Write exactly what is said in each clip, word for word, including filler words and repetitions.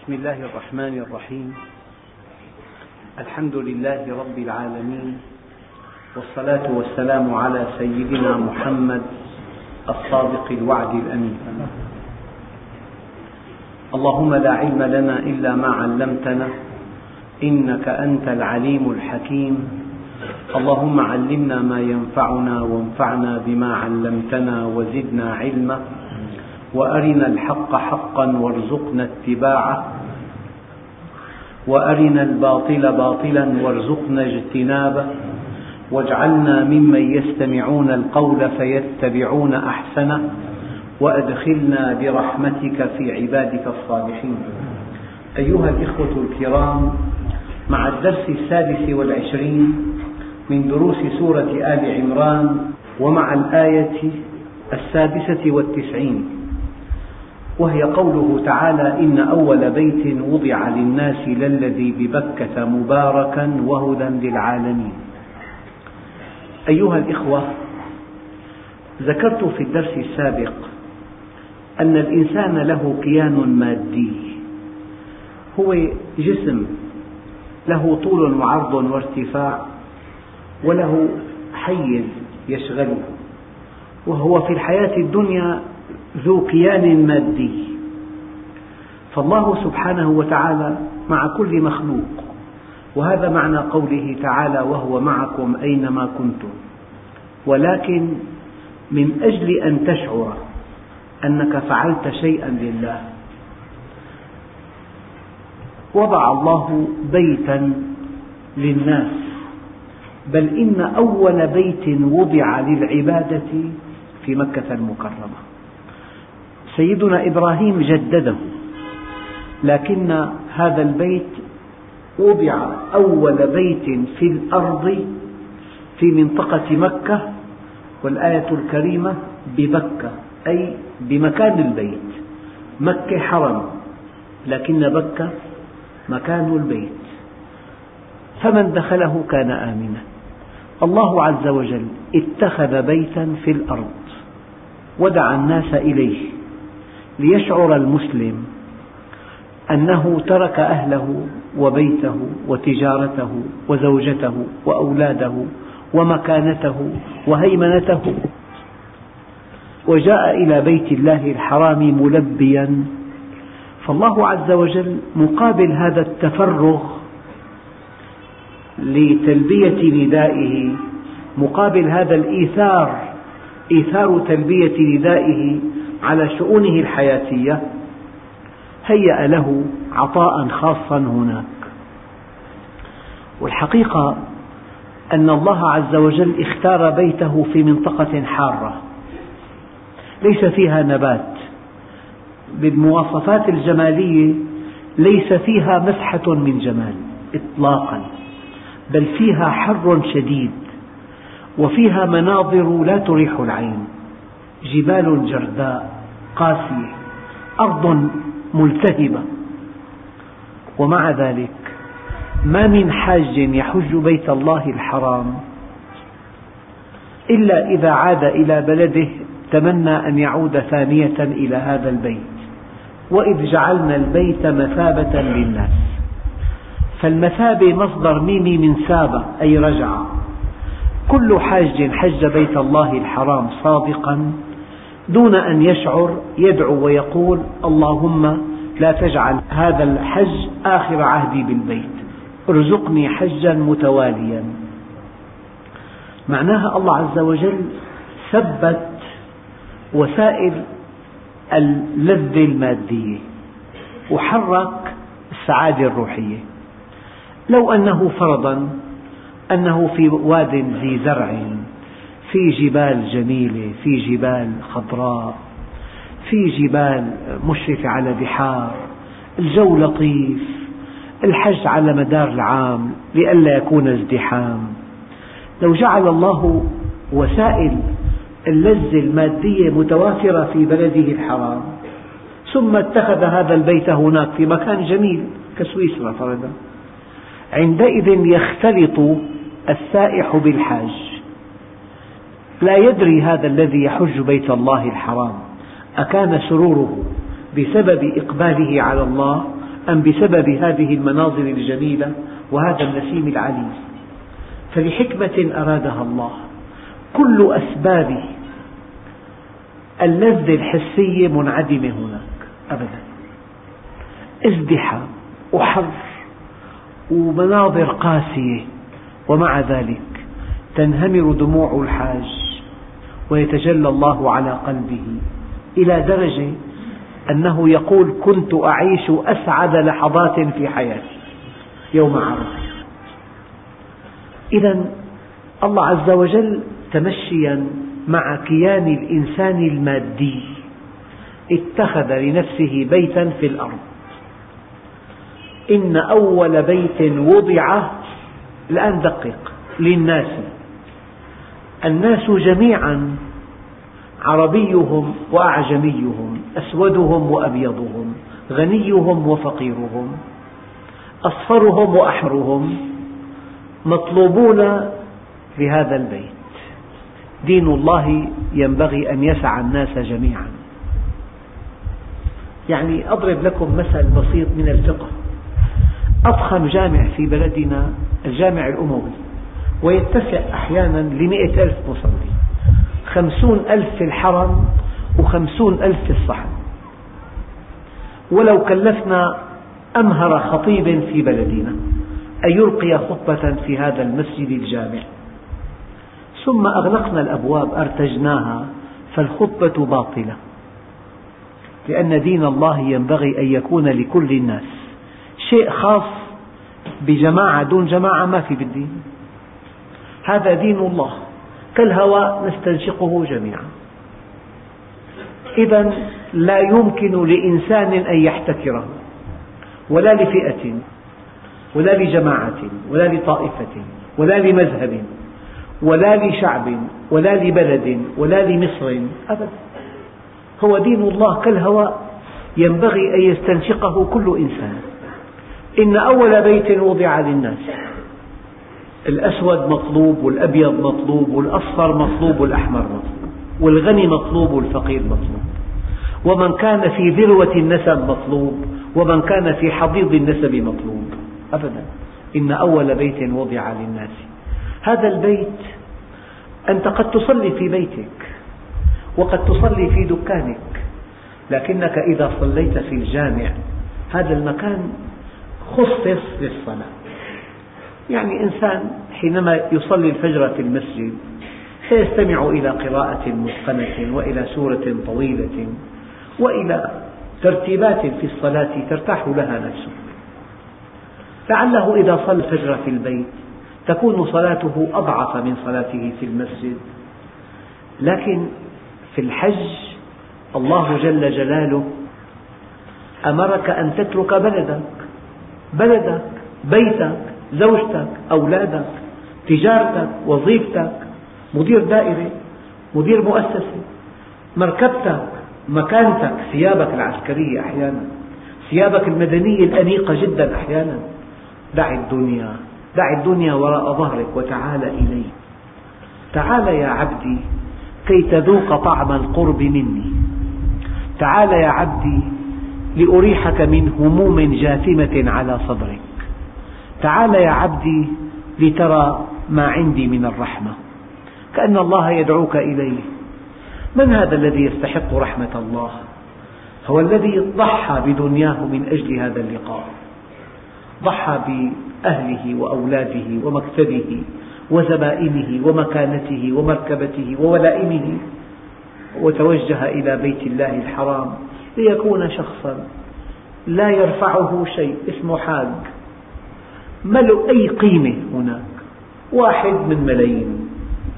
بسم الله الرحمن الرحيم. الحمد لله رب العالمين، والصلاة والسلام على سيدنا محمد الصادق الوعد الأمين. اللهم لا علم لنا إلا ما علمتنا إنك أنت العليم الحكيم. اللهم علمنا ما ينفعنا وانفعنا بما علمتنا وزدنا علما، وأرنا الحق حقا وارزقنا اتباعه، وأرنا الباطل باطلا وارزقنا اجتنابه، واجعلنا ممن يستمعون القول فيتبعون أحسنه، وأدخلنا برحمتك في عبادك الصالحين. أيها الإخوة الكرام، مع الدرس السادس والعشرين من دروس سورة آل عمران، ومع الآية السادسة والتسعين، وهي قوله تعالى: إن أول بيت وضع للناس للذي ببكة مباركا وهدى للعالمين. أيها الإخوة، ذكرت في الدرس السابق أن الإنسان له كيان مادي، هو جسم له طول وعرض وارتفاع، وله حيز يشغله، وهو في الحياة الدنيا ذو كيان مادي. فالله سبحانه وتعالى مع كل مخلوق، وهذا معنى قوله تعالى: وهو معكم أينما كنتم. ولكن من أجل أن تشعر أنك فعلت شيئا لله، وضع الله بيتا للناس، بل إن أول بيت وضع للعبادة في مكة المكرمة. سيدنا إبراهيم جدده، لكن هذا البيت وضع أول بيت في الأرض في منطقة مكة، والآية الكريمة ببكة، أي بمكان البيت. مكة حرم، لكن بكة مكان البيت، فمن دخله كان آمنا. الله عز وجل اتخذ بيتا في الأرض ودعا الناس إليه، ليشعر المسلم أنه ترك أهله وبيته وتجارته وزوجته وأولاده ومكانته وهيمنته، وجاء إلى بيت الله الحرام ملبيا. فالله عز وجل مقابل هذا التفرغ لتلبية ندائه، مقابل هذا الإيثار، إيثار تلبية ندائه على شؤونه الحياتية، هيأ له عطاء خاصا هناك. والحقيقة أن الله عز وجل اختار بيته في منطقة حارة ليس فيها نبات، بالمواصفات الجمالية ليس فيها مسحة من جمال إطلاقا، بل فيها حر شديد، وفيها مناظر لا تريح العين، جبال جرداء قاسية، أرض ملتهبة. ومع ذلك ما من حاج يحج بيت الله الحرام إلا إذا عاد إلى بلده تمنى أن يعود ثانية إلى هذا البيت. وإذ جعلنا البيت مثابة للناس، فالمثابة مصدر ميمي من سابة أي رجع. كل حاج حج بيت الله الحرام صادقا دون أن يشعر يدعو ويقول: اللهم لا تجعل هذا الحج آخر عهدي بالبيت، ارزقني حجا متواليا. معناها الله عز وجل ثبت وسائل اللذة المادية وحرك السعادة الروحية. لو أنه فرضا أنه في واد ذي زرع، في جبال جميلة، في جبال خضراء، في جبال مشرفة على بحار، الجو لطيف، الحج على مدار العام لئلا يكون ازدحام. لو جعل الله وسائل اللذة المادية متوافرة في بلده الحرام، ثم اتخذ هذا البيت هناك في مكان جميل كسويسرا فرضا، عندئذ يختلط السائح بالحاج. لا يدري هذا الذي يحج بيت الله الحرام أكان سروره بسبب إقباله على الله أم بسبب هذه المناظر الجميلة وهذا النسيم العليل؟ فلحكمة أرادها الله كل أسباب اللذة الحسية منعدمة هناك أبدا، ازدحام وحر ومناظر قاسية، ومع ذلك تنهمر دموع الحاج ويتجلى الله على قلبه إلى درجة أنه يقول: كنت أعيش أسعد لحظات في حياتي يوم عرفة. إذن الله عز وجل تمشيا مع كيان الإنسان المادي اتخذ لنفسه بيتا في الأرض. إن أول بيت وضع، الآن دقق، للناس، الناس جميعا، عربيهم وأعجميهم، أسودهم وأبيضهم، غنيهم وفقيرهم، أصفرهم وأحمرهم، مطلوبون لهذا البيت. دين الله ينبغي أن يسع الناس جميعا. يعني أضرب لكم مثل بسيط من الفقه. أضخم جامع في بلدنا الجامع الأموي، ويتسع أحيانا لمئة ألف مصلي، خمسون ألف في الحرم وخمسون ألف في الصحن. ولو كلفنا أمهر خطيب في بلدنا أن يلقي خطبة في هذا المسجد الجامع، ثم أغلقنا الأبواب أرتجناها، فالخطبة باطلة، لأن دين الله ينبغي أن يكون لكل الناس. شيء خاص بجماعة دون جماعة ما في بالدين. هذا دين الله كالهواء نستنشقه جميعا. إذن لا يمكن لإنسان أن يحتكره، ولا لفئة ولا لجماعة ولا لطائفة ولا لمذهب ولا لشعب ولا لبلد ولا لمصر أبدا. هو دين الله كالهواء ينبغي أن يستنشقه كل إنسان. إن أول بيت وضع للناس، الأسود مطلوب والأبيض مطلوب والأصفر مطلوب والأحمر مطلوب، والغني مطلوب والفقير مطلوب، ومن كان في ذروة النسب مطلوب، ومن كان في حضيض النسب مطلوب أبدا. إن أول بيت وضع للناس. هذا البيت أنت قد تصلي في بيتك وقد تصلي في دكانك، لكنك إذا صليت في الجامع هذا المكان خصص للصلاة. يعني إنسان حينما يصلي الفجر في المسجد سيستمع إلى قراءة متقنة وإلى سورة طويلة وإلى ترتيبات في الصلاة ترتاح لها نفسه. لعله إذا صلى الفجر في البيت تكون صلاته أضعف من صلاته في المسجد. لكن في الحج الله جل جلاله أمرك أن تترك بلدك بلدك بيتك، زوجتك، أولادك، تجارتك، وظيفتك، مدير دائرة، مدير مؤسسة، مركبتك، مكانتك، ثيابك العسكرية أحيانا، ثيابك المدنية الأنيقة جدا أحيانا. دع الدنيا دع الدنيا وراء ظهرك وتعال إلي. تعال يا عبدي كي تذوق طعم القرب مني. تعال يا عبدي لأريحك من هموم جاثمة على صدرك. تعال يا عبدي لترى ما عندي من الرحمة. كأن الله يدعوك إليه. من هذا الذي يستحق رحمة الله؟ هو الذي ضحى بدنياه من أجل هذا اللقاء، ضحى بأهله وأولاده ومكتبه وزبائنه ومكانته ومركبته وولائمه، وتوجه إلى بيت الله الحرام ليكون شخصا لا يرفعه شيء، اسمه حاج، ما له أي قيمة هناك، واحد من ملايين.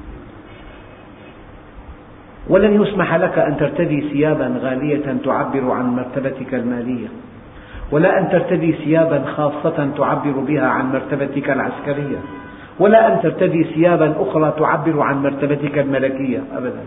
ولن يسمح لك أن ترتدي ثيابا غالية تعبر عن مرتبتك المالية، ولا أن ترتدي ثيابا خاصة تعبر بها عن مرتبتك العسكرية، ولا أن ترتدي ثيابا أخرى تعبر عن مرتبتك الملكية أبدا.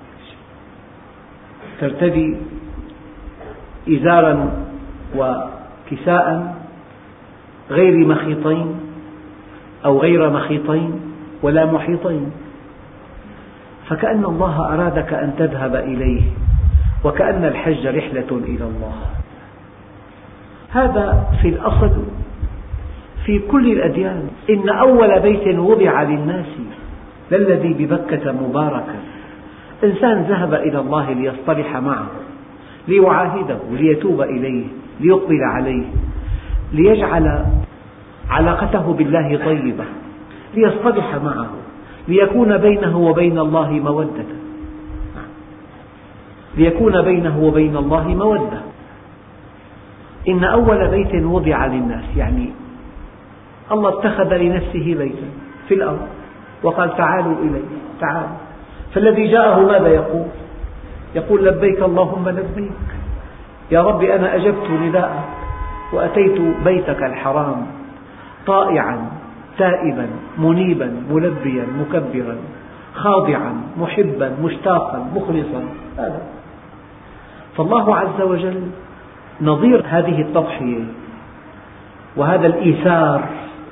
ترتدي إزارا وكساء غير مخيطين أو غير مخيطين ولا محيطين. فكأن الله أرادك أن تذهب إليه، وكأن الحج رحلة إلى الله. هذا في الأصل في كل الأديان. إن أول بيت وضع للناس للذي ببكة مباركا. إنسان ذهب إلى الله ليصطلح معه، ليعاهده، ليتوب إليه، ليقبل عليه، ليجعل علاقته بالله طيبة، ليصطلح معه، ليكون بينه وبين الله مودة، ليكون بينه وبين الله مودة. إن أول بيت وضع للناس، يعني الله اتخذ لنفسه بيتا في الأرض وقال تعالوا إلي، تعالوا. فالذي جاءه ماذا يقول؟ يقول لبيك اللهم لبيك، يا رب أنا أجبت نداءك وأتيت بيتك الحرام طائعا تائبا منيبا ملبيا مكبرا خاضعا محبا مشتاقا مخلصا. هذا فالله عز وجل نظير هذه التضحية وهذا الإيثار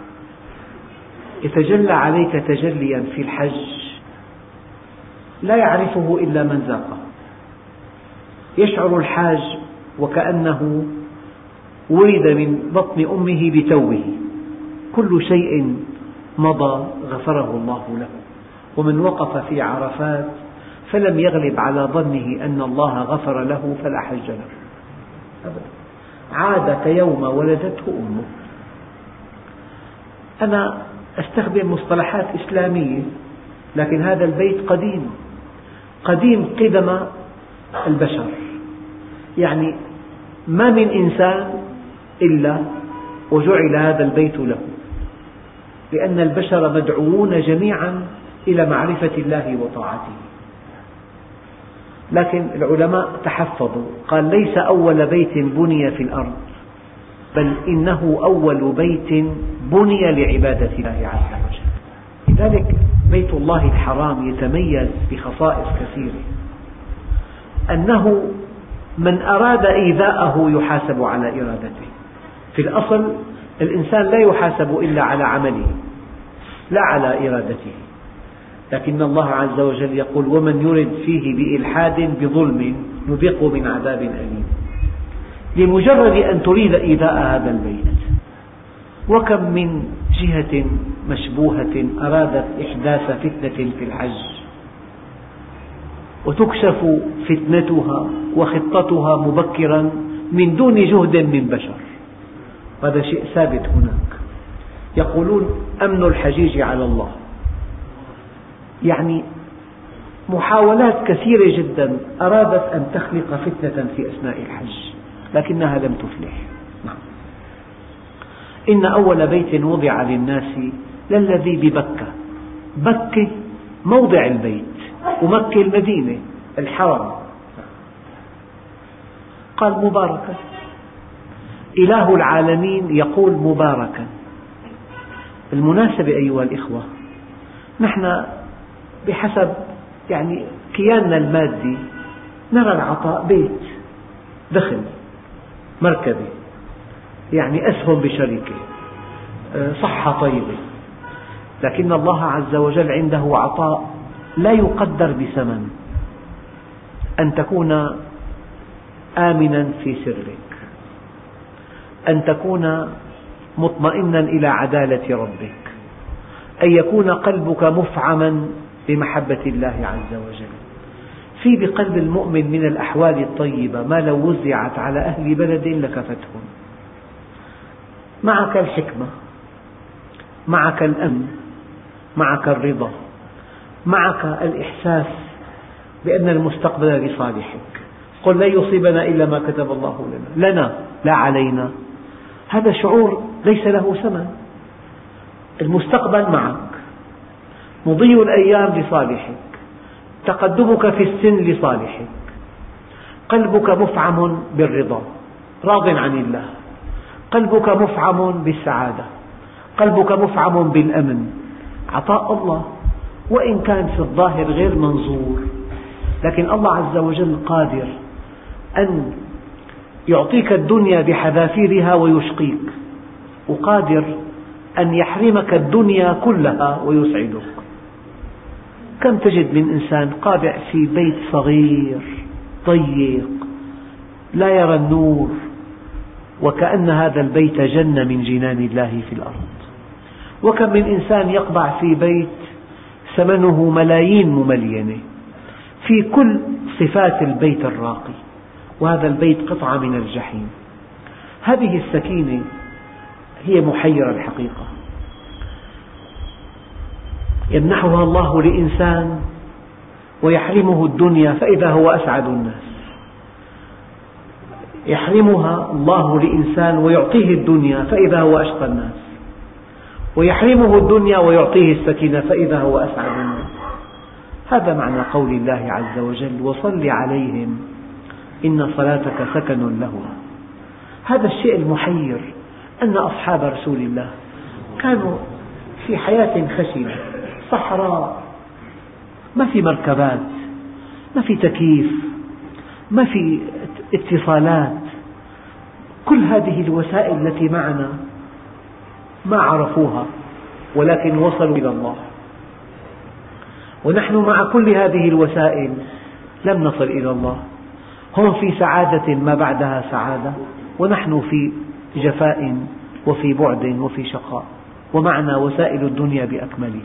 يتجلى عليك تجليا في الحج لا يعرفه إلا من ذاقه. يشعر الحاج وكأنه ولد من بطن أمه بتوه، كل شيء مضى غفره الله له. ومن وقف في عرفات فلم يغلب على ظنه أن الله غفر له فلا حج له أبدا، عاد كيوم ولدته أمه. أنا أستخدم مصطلحات إسلامية، لكن هذا البيت قديم قديم قدم البشر، يعني ما من إنسان إلا وجعل هذا البيت له، لأن البشر مدعوون جميعا إلى معرفة الله وطاعته. لكن العلماء تحفظوا، قال ليس أول بيت بني في الأرض، بل إنه أول بيت بني لعبادة الله عز وجل. لذلك بيت الله الحرام يتميز بخصائص كثيرة، أنه من أراد إيذاءه يحاسب على إرادته. في الأصل الإنسان لا يحاسب إلا على عمله لا على إرادته، لكن الله عز وجل يقول ومن يرد فيه بإلحاد بظلم نذقه من عذاب أليم، لمجرد أن تريد إيذاء هذا البيت. وكم من جهة مشبوهة أرادت إحداث فتنة في الحج وتكشف فتنتها وخطتها مبكرا من دون جهد من بشر، هذا شيء ثابت هناك. يقولون أمن الحجيج على الله، يعني محاولات كثيرة جدا أرادت أن تخلق فتنة في أثناء الحج لكنها لم تفلح. نعم. إن أول بيت وضع للناس للذي ببكة، بكة موضع البيت ومكة المدينة الحرم. قال مباركا، إله العالمين يقول مباركا. بالمناسبة أيها الإخوة، نحن بحسب يعني كياننا المادي نرى العطاء بيت، دخل، مركبة، يعني أسهم بشركة، صحة طيبة، لكن الله عز وجل عنده عطاء لا يقدر بثمن، أن تكون آمنا في سرك، أن تكون مطمئنا إلى عدالة ربك، أن يكون قلبك مفعما بمحبة الله عز وجل. في بقلب المؤمن من الأحوال الطيبة ما لو وزعت على أهل بلد لكفتهم. معك الحكمة، معك الأمن، معك الرضا، معك الإحساس بأن المستقبل لصالحك. قل لن يصيبنا إلا ما كتب الله لنا، لنا لا علينا. هذا شعور ليس له ثمن. المستقبل معك، مضي الأيام لصالحك، تقدمك في السن لصالحك، قلبك مفعم بالرضا راض عن الله، قلبك مفعم بالسعادة، قلبك مفعم بالأمن. عطاء الله وإن كان في الظاهر غير منظور، لكن الله عز وجل قادر أن يعطيك الدنيا بحذافيرها ويشقيك، وقادر أن يحرمك الدنيا كلها ويسعدك. كم تجد من إنسان قابع في بيت صغير ضيق لا يرى النور وكأن هذا البيت جنة من جنان الله في الأرض. وكم من إنسان يقبع في بيت ثمنه ملايين مملينة في كل صفات البيت الراقي، وهذا البيت قطعة من الجحيم. هذه السكينة هي محيرة الحقيقة، يمنحها الله لإنسان ويحرمه الدنيا فإذا هو أسعد الناس، يحرمها الله لإنسان ويعطيه الدنيا فإذا هو أشقى الناس، ويحرمه الدنيا ويعطيه السكينة فإذا هو أسعد الناس. هذا معنى قول الله عز وجل: وصل عليهم إن صلاتك سكن لهم. هذا الشيء المحير أن أصحاب رسول الله كانوا في حياة خشنة صحراء، ما في مركبات، ما في تكييف، ما في اتصالات، كل هذه الوسائل التي معنا ما عرفوها، ولكن وصلوا إلى الله. ونحن مع كل هذه الوسائل لم نصل إلى الله. هم في سعادة ما بعدها سعادة، ونحن في جفاء وفي بعد وفي شقاء، ومعنا وسائل الدنيا بأكملها.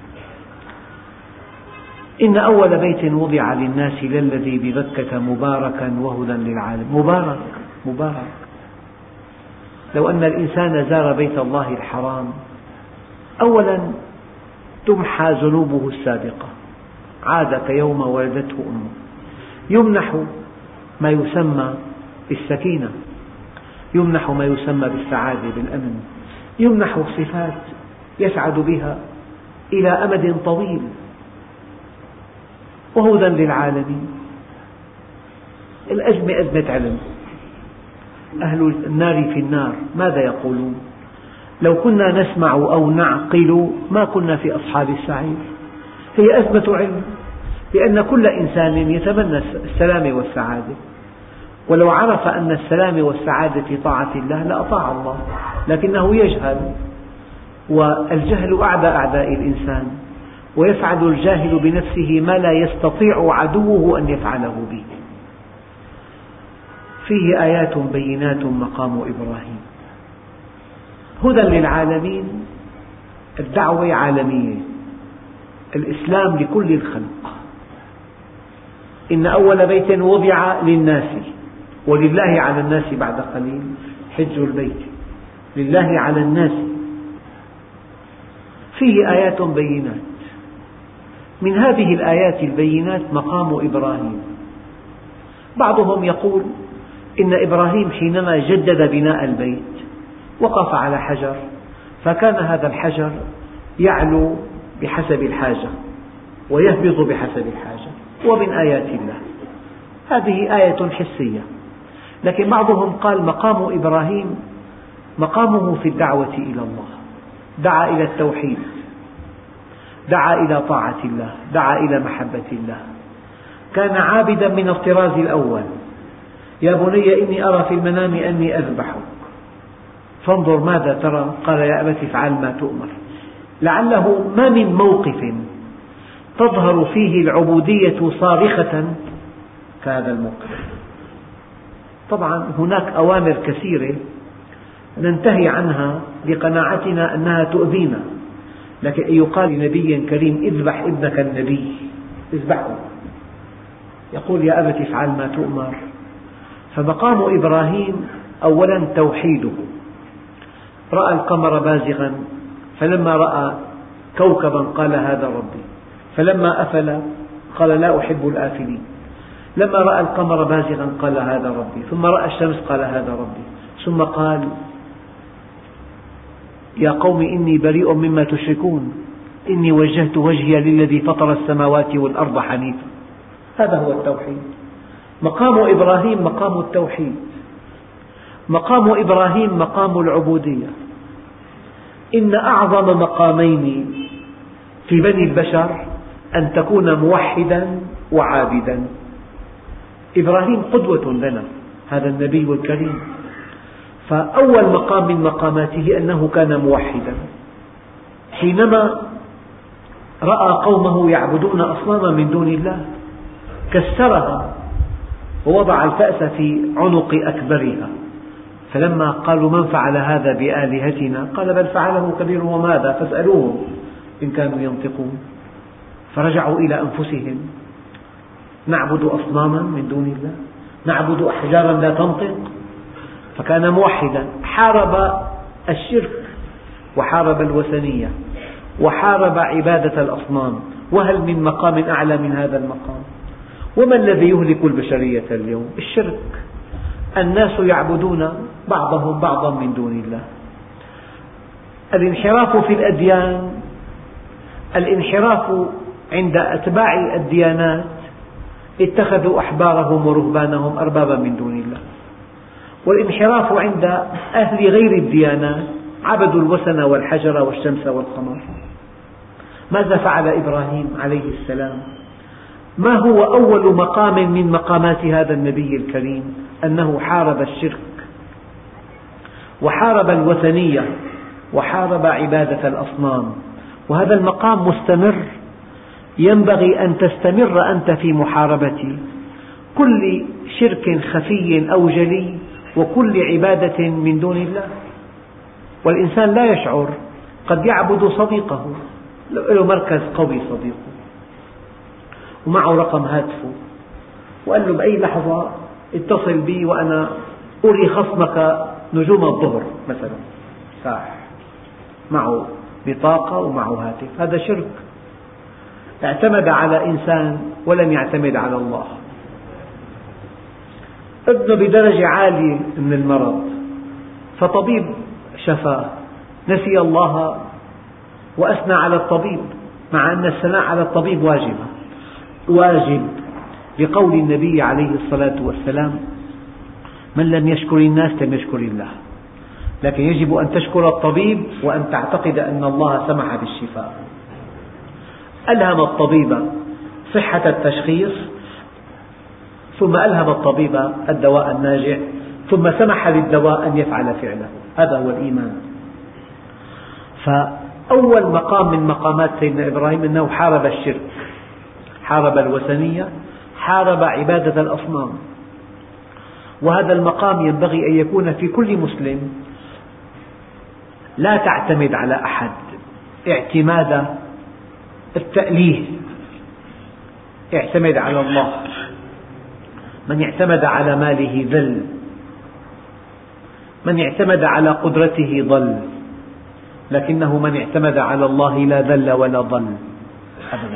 إن أول بيت وضع للناس للذي ببكة مباركا وهدى للعالم. مبارك مبارك. لو أن الإنسان زار بيت الله الحرام، أولا تمحى ذنوبه السابقة، عاد كيوم ولدته أمه، يمنح ما يسمى بالسكينة، يمنح ما يسمى بالسعادة بالأمن، يمنح صفات يسعد بها إلى أمد طويل، وهدى للعالمين. الأزمة أزمة علم، أهل النار في النار ماذا يقولون؟ لو كنا نسمع أو نعقل ما كنا في أصحاب السعير. هي أزمة علم، لأن كل إنسان يتمنى السلام والسعادة، ولو عرف أن السلام والسعادة في طاعة الله لأطاع الله، لكنه يجهل، والجهل أعدى أعداء الإنسان، ويفعل الجاهل بنفسه ما لا يستطيع عدوه أن يفعله به. فيه آيات بينات مقام إبراهيم. هدى للعالمين، الدعوة عالمية، الإسلام لكل الخلق. إن أول بيت وضع للناس، ولله على الناس بعد قليل حج البيت، لله على الناس. فيه آيات بينات، من هذه الآيات البينات مقام إبراهيم. بعضهم يقول إن إبراهيم حينما جدد بناء البيت وقف على حجر، فكان هذا الحجر يعلو بحسب الحاجة ويهبط بحسب الحاجة، ومن آيات الله. هذه آية حسية. لكن بعضهم قال مقام إبراهيم مقامه في الدعوة إلى الله، دعا إلى التوحيد، دعا إلى طاعة الله، دعا إلى محبة الله، كان عابدا من الطراز الأول. يا بني إني أرى في المنام أني أذبحك فانظر ماذا ترى؟ قال يا أبت افعل ما تؤمر. لعله ما من موقف تظهر فيه العبودية صارخة كهذا الموقف. طبعا هناك أوامر كثيرة ننتهي عنها لقناعتنا أنها تؤذينا، لكن يقال لنبي كريم اذبح ابنك النبي، اذبحه، يقول يا أبت افعل ما تؤمر. فمقام إبراهيم أولا توحيده، رأى القمر بازغا فلما رأى كوكبا قال هذا ربي، فلما أفل قال لا أحب الآفلين، لما رأى القمر بازغا قال هذا ربي، ثم رأى الشمس قال هذا ربي، ثم قال يا قوم إني بريء مما تشركون إني وجهت وجهي للذي فطر السماوات والأرض حنيفا. هذا هو التوحيد. مقام إبراهيم مقام التوحيد، مقام إبراهيم مقام العبودية. إن أعظم مقامين في بني البشر أن تكون موحدا وعابدا. إبراهيم قدوة لنا، هذا النبي الكريم، فأول مقام من مقاماته أنه كان موحدا. حينما رأى قومه يعبدون أصناما من دون الله كسرها ووضع الفأس في عنق أكبرها، فلما قالوا من فعل هذا بآلهتنا قال بل فعله كبيرهم وماذا فاسألوهم إن كانوا ينطقون. فرجعوا إلى أنفسهم، نعبد أصناما من دون الله، نعبد أحجارا لا تنطق. فكان موحدا، حارب الشرك وحارب الوثنية وحارب عبادة الأصنام. وهل من مقام أعلى من هذا المقام؟ وما الذي يهلك البشرية اليوم؟ الشرك. الناس يعبدون بعضهم بعضا من دون الله. الانحراف في الأديان، الانحراف عند أتباع الديانات اتخذوا أحبارهم ورهبانهم أربابا من دون الله، والانحراف عند أهل غير الديانات عبدوا الوثن والحجر والشمس والقمر. ماذا فعل إبراهيم عليه السلام؟ ما هو أول مقام من مقامات هذا النبي الكريم؟ أنه حارب الشرك وحارب الوثنية وحارب عبادة الأصنام. وهذا المقام مستمر، ينبغي أن تستمر أنت في محاربة كل شرك خفي أو جلي وكل عبادة من دون الله. والإنسان لا يشعر، قد يعبد صديقه، له مركز قوي صديقه ومعه رقم هاتفه وقال له بأي لحظة اتصل بي وأنا أري خصمك نجوم الظهر مثلا ساعة، معه بطاقة ومعه هاتف. هذا شرك، اعتمد على إنسان ولم يعتمد على الله. ابنه بدرجة عالية من المرض فطبيب شفاه، نسي الله وأثنى على الطبيب، مع أن الثناء على الطبيب واجبة واجب لقول النبي عليه الصلاة والسلام من لم يشكر الناس لم يشكر الله. لكن يجب أن تشكر الطبيب وأن تعتقد أن الله سمح بالشفاء. ألهم الطبيب صحة التشخيص، ثم ألهم الطبيب الدواء الناجع، ثم سمح للدواء أن يفعل فعله. هذا هو الإيمان. فأول مقام من مقامات سيدنا إبراهيم أنه حارب الشرك، حارب الوثنية، حارب عبادة الأصنام. وهذا المقام ينبغي أن يكون في كل مسلم. لا تعتمد على أحد اعتماد التأليه، اعتمد على الله. من اعتمد على ماله ذل، من اعتمد على قدرته ضل، لكنه من اعتمد على الله لا ذل ولا ضل أبدا.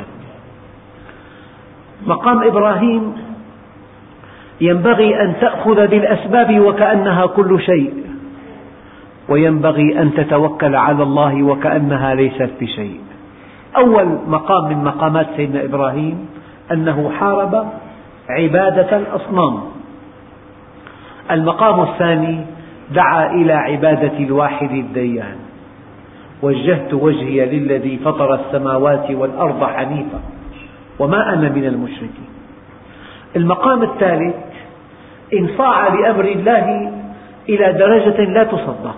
مقام إبراهيم ينبغي أن تأخذ بالأسباب وكأنها كل شيء، وينبغي أن تتوكل على الله وكأنها ليست بشيء. أول مقام من مقامات سيدنا إبراهيم أنه حارب عبادة الأصنام. المقام الثاني دعا إلى عبادة الواحد الديان، وجهت وجهي للذي فطر السماوات والأرض حنيفا وما أنا من المشركين. المقام الثالث انصاع لأمر الله إلى درجة لا تصدق.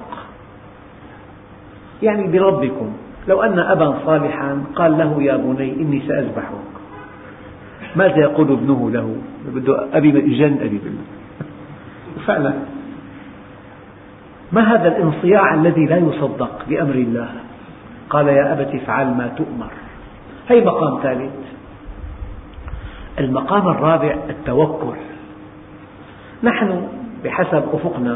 يعني بربكم، لو أن أبا صالحا قال له يا بني إني سأذبحك، ماذا يقول ابنه له؟ بده أبي جن أبي بالله. فعلا ما هذا الانصياع الذي لا يصدق لأمر الله؟ قال يا أبت افعل ما تؤمر. هذا مقام ثالث. المقام الرابع التوكل. نحن بحسب أفقنا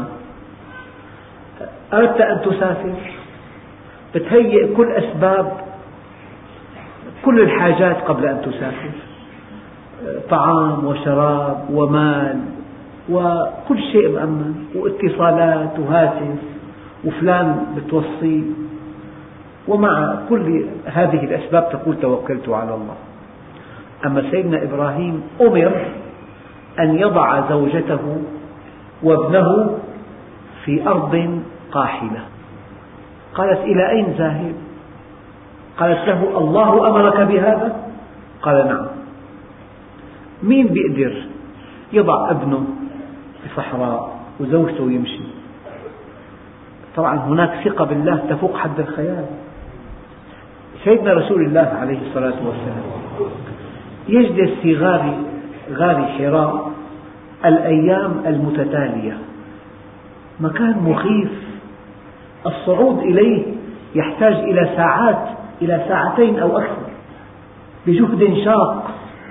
أردت أن تسافر بتهيئ كل أسباب كل الحاجات قبل أن تسافر، طعام وشراب ومال وكل شيء مأمن، واتصالات وهاتف وفلان بتوصي، ومع كل هذه الأسباب تقول توكلت على الله. أما سيدنا إبراهيم أمر أن يضع زوجته وابنه في أرض قاحلة. قالت إلى أين ذاهب؟ قالت له الله أمرك بهذا؟ قال نعم. مين بيقدر يضع ابنه في صحراء وزوجته يمشي؟ طبعا هناك ثقة بالله تفوق حد الخيال. سيدنا رسول الله عليه الصلاة والسلام يجلس في غار غار حراء الأيام المتتالية مكان مخيف، الصعود إليه يحتاج إلى ساعات، إلى ساعتين أو أكثر بجهد شاق.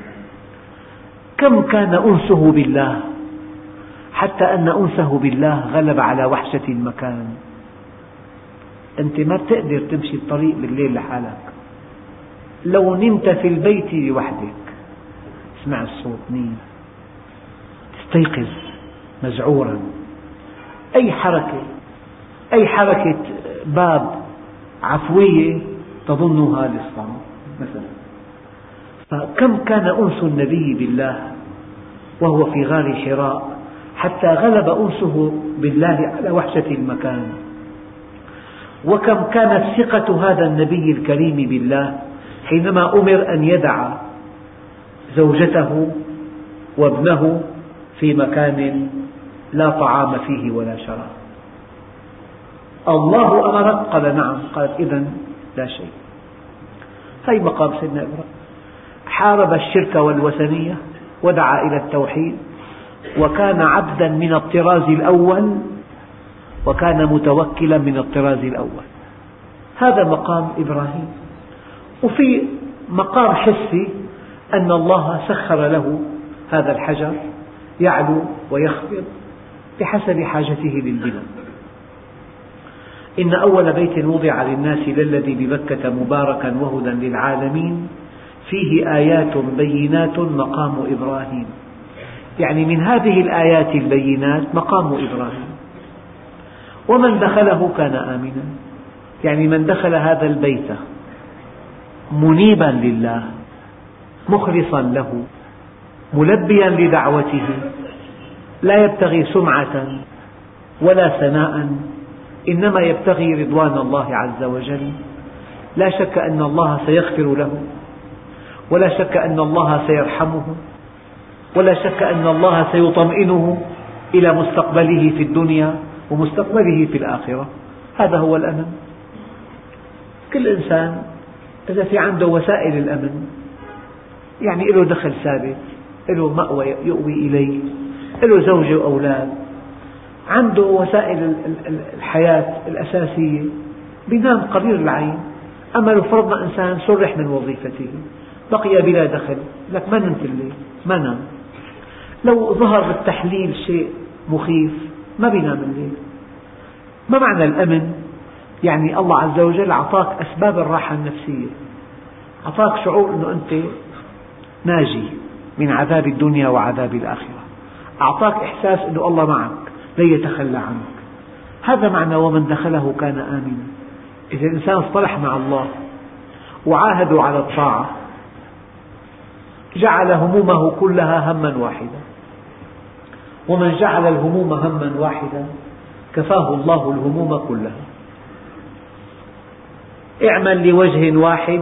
كم كان أنسه بالله حتى أن أنسه بالله غلب على وحشة المكان. أنت ما بتقدر تمشي الطريق بالليل لحالك، لو نمت في البيت لوحدك اسمع الصوت نيم تستيقظ مذعورا. أي حركة أي حركة باب عفوية تظنها لصا مثلا. فكم كان أنس النبي بالله وهو في غار حراء حتى غلب أنسه بالله على وحشة المكان. وكم كانت ثقة هذا النبي الكريم بالله حينما أمر أن يدع زوجته وابنه في مكان لا طعام فيه ولا شراب. الله أمرك؟ قال نعم. قال إذن لا شيء. هذا مقام سيدنا إبراهيم، حارب الشرك والوثنية ودعا إلى التوحيد، وكان عبدا من الطراز الأول، وكان متوكلا من الطراز الأول. هذا مقام إبراهيم. وفي مقام حسي أن الله سخر له هذا الحجر يعلو ويخفض بحسب حاجته للبناء. إن أول بيت وضع للناس للذي ببكة مباركا وهدى للعالمين فيه آيات بينات مقام إبراهيم. يعني من هذه الآيات البينات مقام إبراهيم. ومن دخله كان آمنا، يعني من دخل هذا البيت منيبا لله مخلصا له ملبيا لدعوته لا يبتغي سمعة ولا ثناء، إنما يبتغي رضوان الله عز وجل، لا شك أن الله سيغفر له، ولا شك أن الله سيرحمه، ولا شك أن الله سيطمئنه إلى مستقبله في الدنيا ومستقبله في الآخرة. هذا هو الأمن. كل إنسان إذا في عنده وسائل الأمن، يعني له دخل ثابت، له مأوى يؤوي إليه، له زوجة وأولاد، عنده وسائل الحياة الأساسية، بينام قرير العين. أما لو فرضنا إنسان سرح من وظيفته بقي بلا دخل، لك ما نمت الليل، ما نام. لو ظهر بالتحليل شيء مخيف ما بينام الليل. ما معنى الأمن؟ يعني الله عز وجل أعطاك أسباب الراحة النفسية، أعطاك شعور أنه أنت ناجي من عذاب الدنيا وعذاب الآخرة، أعطاك إحساس أنه الله معك لن يتخلى عنك. هذا معنى ومن دخله كان آمنا. إذا الإنسان اصطلح مع الله وعاهدوا على الطاعة جعل همومه كلها هما واحدا، ومن جعل الهموم هما واحدا كفاه الله الهموم كلها. اعمل لوجه واحد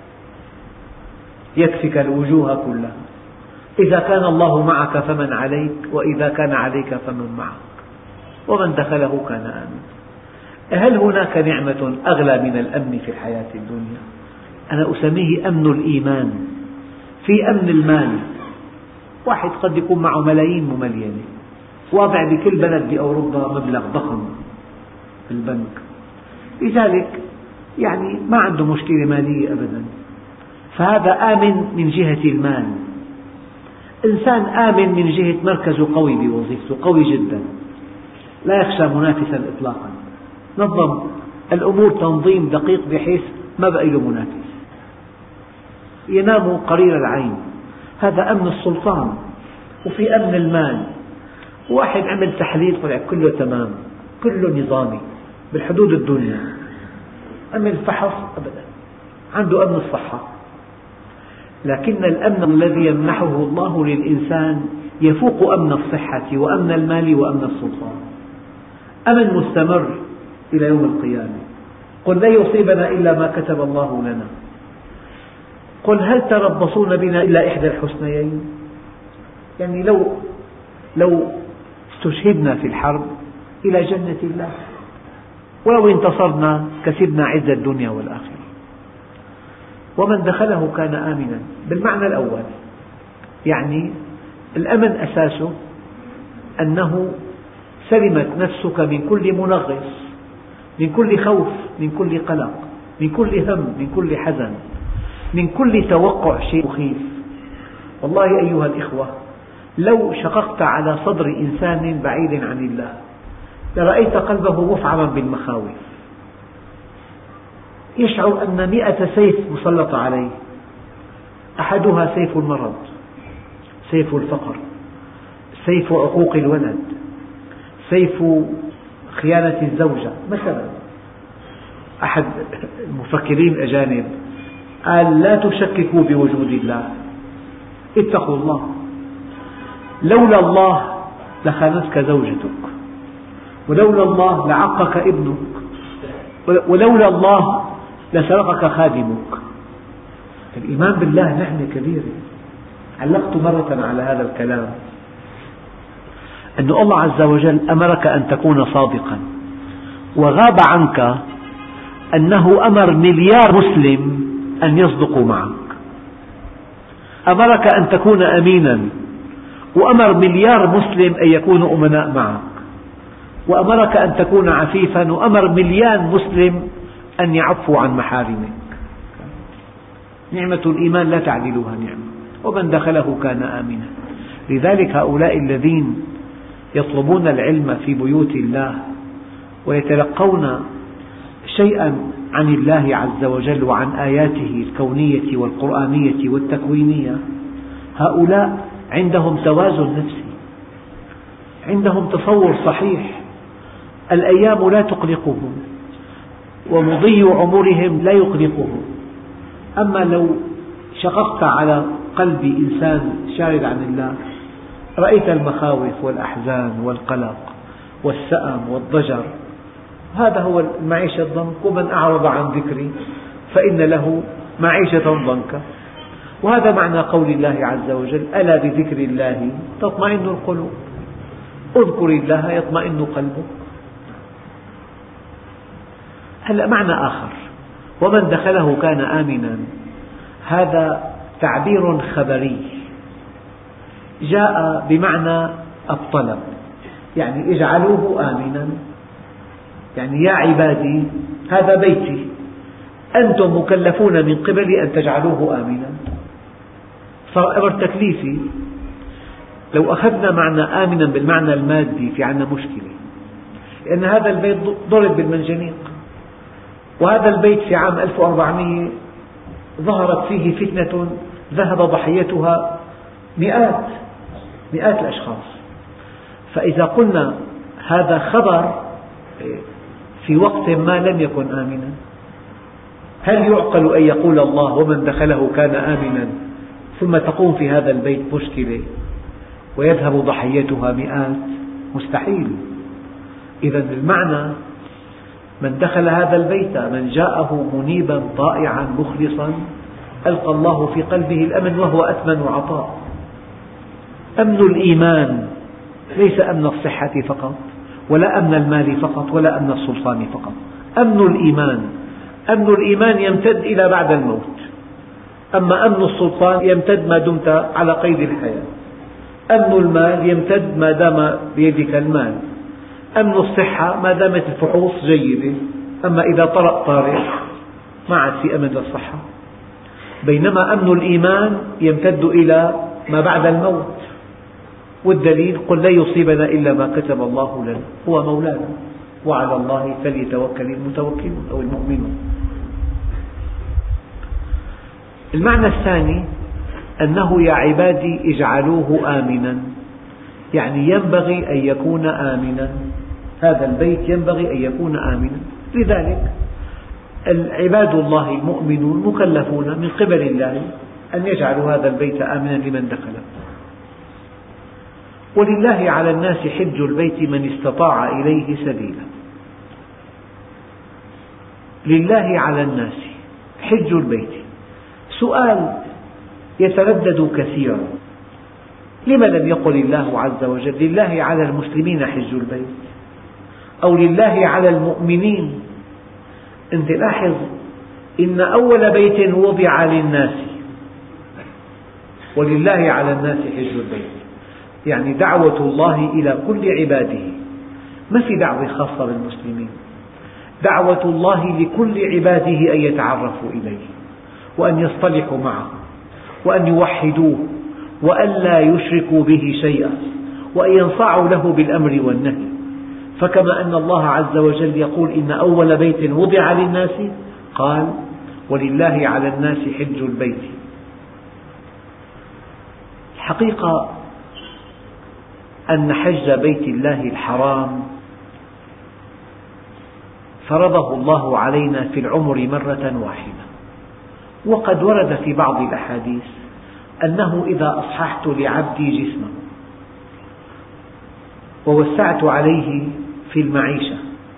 يكفك الوجوه كلها. إذا كان الله معك فمن عليك، وإذا كان عليك فمن معك. ومن دخله كان آمنا. هل هناك نعمة أغلى من الأمن في الحياة الدنيا؟ أنا أسميه أمن الإيمان. في أمن المال، واحد قد يكون معه ملايين مملينة، واضع بكل بلد بأوروبا مبلغ ضخم في البنك، لذلك يعني ما عنده مشكلة مالية أبدا، فهذا آمن من جهة المال. إنسان آمن من جهة مركزه قوي بوظيفته، قوي جدا، لا يخشى منافسا إطلاقا، نظم الأمور تنظيم دقيق بحيث ما بقي له منافس، ينام قرير العين. هذا أمن السلطان. وفي أمن المال، واحد عمل تحليل طلع كله تمام، كله نظامي بالحدود الدنيا، أمن فحص أبدا، عنده أمن الصحة. لكن الأمن الذي يمنحه الله للإنسان يفوق أمن الصحة وأمن المال وأمن السلطان. أمن مستمر إلى يوم القيامة. قل لن يصيبنا إلا ما كتب الله لنا. قل هل تربصون بنا إلا إحدى الحسنيين؟ يعني لو لو استشهدنا في الحرب إلى جنة الله، ولو انتصرنا كسبنا عز الدنيا والآخرة. ومن دخله كان آمنا بالمعنى الأول، يعني الأمن أساسه أنه سلمت نفسك من كل منغص، من كل خوف، من كل قلق، من كل هم، من كل حزن، من كل توقع شيء مخيف. والله أيها الإخوة، لو شققت على صدر إنسان بعيد عن الله لرأيت قلبه مفعما بالمخاوف، يشعر أن مئة سيف مسلطة عليه، أحدها سيف المرض، سيف الفقر، سيف عقوق الولد، سيف خيانة الزوجة مثلا. أحد المفكرين الأجانب قال: لا تشككوا بوجود الله، اتقوا الله. لولا الله لخانتك زوجتك، ولولا الله لعقك ابنك، ولولا الله لسرقك خادمك. الإيمان بالله نعمة كبيرة. علقت مرة على هذا الكلام أن الله عز وجل أمرك أن تكون صادقا، وغاب عنك أنه أمر مليار مسلم أن يصدقوا معك. أمرك أن تكون أمينا، وأمر مليار مسلم أن يكونوا أمناء معك. وأمرك أن تكون عفيفا، وأمر مليان مسلم أن يعفوا عن محارمك. نعمة الإيمان لا تعدلها نعمة، ومن دخله كان آمنا. لذلك هؤلاء الذين يطلبون العلم في بيوت الله ويتلقون شيئا عن الله عز وجل وعن آياته الكونية والقرآنية والتكوينية، هؤلاء عندهم توازن نفسي، عندهم تصور صحيح. الأيام لا تقلقهم، ومضي عمرهم لا يقلقهم. أما لو شققت على قلب إنسان شارد عن الله رأيت المخاوف والأحزان والقلق والسأم والضجر. هذا هو المعيشة الضنك. ومن أعرض عن ذكري فإن له معيشة ضنكا. وهذا معنى قول الله عز وجل: ألا بذكر الله تطمئن القلوب. اذكر الله يطمئن قلبك. هلأ معنى آخر: ومن دخله كان آمنا. هذا تعبير خبري جاء بمعنى الطلب، يعني اجعلوه آمنا، يعني يا عبادي هذا بيتي، أنتم مكلفون من قبلي أن تجعلوه آمنا. صار أمر تكليفي. لو أخذنا معنى آمنا بالمعنى المادي في عندنا مشكلة، لأن هذا البيت ضرب بالمنجنيق، وهذا البيت في عام ألف وأربعمئة ظهرت فيه فتنة ذهب ضحيتها مئات مئات الأشخاص. فإذا قلنا هذا خبر في وقت ما لم يكن آمنا، هل يعقل أن يقول الله: ومن دخله كان آمنا، ثم تقوم في هذا البيت مشكلة ويذهب ضحيتها مئات؟ مستحيل. إذا المعنى: من دخل هذا البيت، من جاءه منيبا طائعا مخلصا، ألقى الله في قلبه الأمن، وهو أثمن عطاء. أمن الإيمان ليس أمن الصحة فقط، ولا أمن المال فقط، ولا أمن السلطان فقط. أمن الإيمان، أمن الإيمان يمتد إلى بعد الموت. أما أمن السلطان يمتد ما دمت على قيد الحياة. أمن المال يمتد ما دام بيدك المال. أمن الصحة ما دامت الفحوص جيدة. أما إذا طرأ طارئ ما عاد في أمن للصحة. بينما أمن الإيمان يمتد إلى ما بعد الموت. والدليل: قل لن يصيبنا إلا ما كتب الله لنا هو مولانا وعلى الله فليتوكل المتوكلون أو المؤمنون. المعنى الثاني أنه يا عبادي اجعلوه آمنا، يعني ينبغي أن يكون آمنا. هذا البيت ينبغي أن يكون آمنا. لذلك عباد الله المؤمنون مكلفون من قبل الله أن يجعلوا هذا البيت آمنا لمن دخله. ولله على الناس حج البيت من استطاع إليه سبيلا. لله على الناس حج البيت. سؤال يتردد كثيرا: لما لم يقل الله عز وجل لله على المسلمين حج البيت، أو لله على المؤمنين؟ أنت لاحظ إن أول بيت وضع للناس، ولله على الناس حج البيت، يعني دعوة الله إلى كل عباده ما في دعوة خاصة بالمسلمين، دعوة الله لكل عباده أن يتعرفوا إليه وأن يصطلحوا معه وأن يوحدوه وأن لا يشركوا به شيئا وأن ينصاعوا له بالأمر والنهي. فكما أن الله عز وجل يقول إن أول بيت وضع للناس قال ولله على الناس حج البيت. الحقيقة أن حج بيت الله الحرام فرضه الله علينا في العمر مرة واحدة، وقد ورد في بعض الأحاديث أنه إذا أصححت لعبدي جسمه ووسعت عليه في المعيشة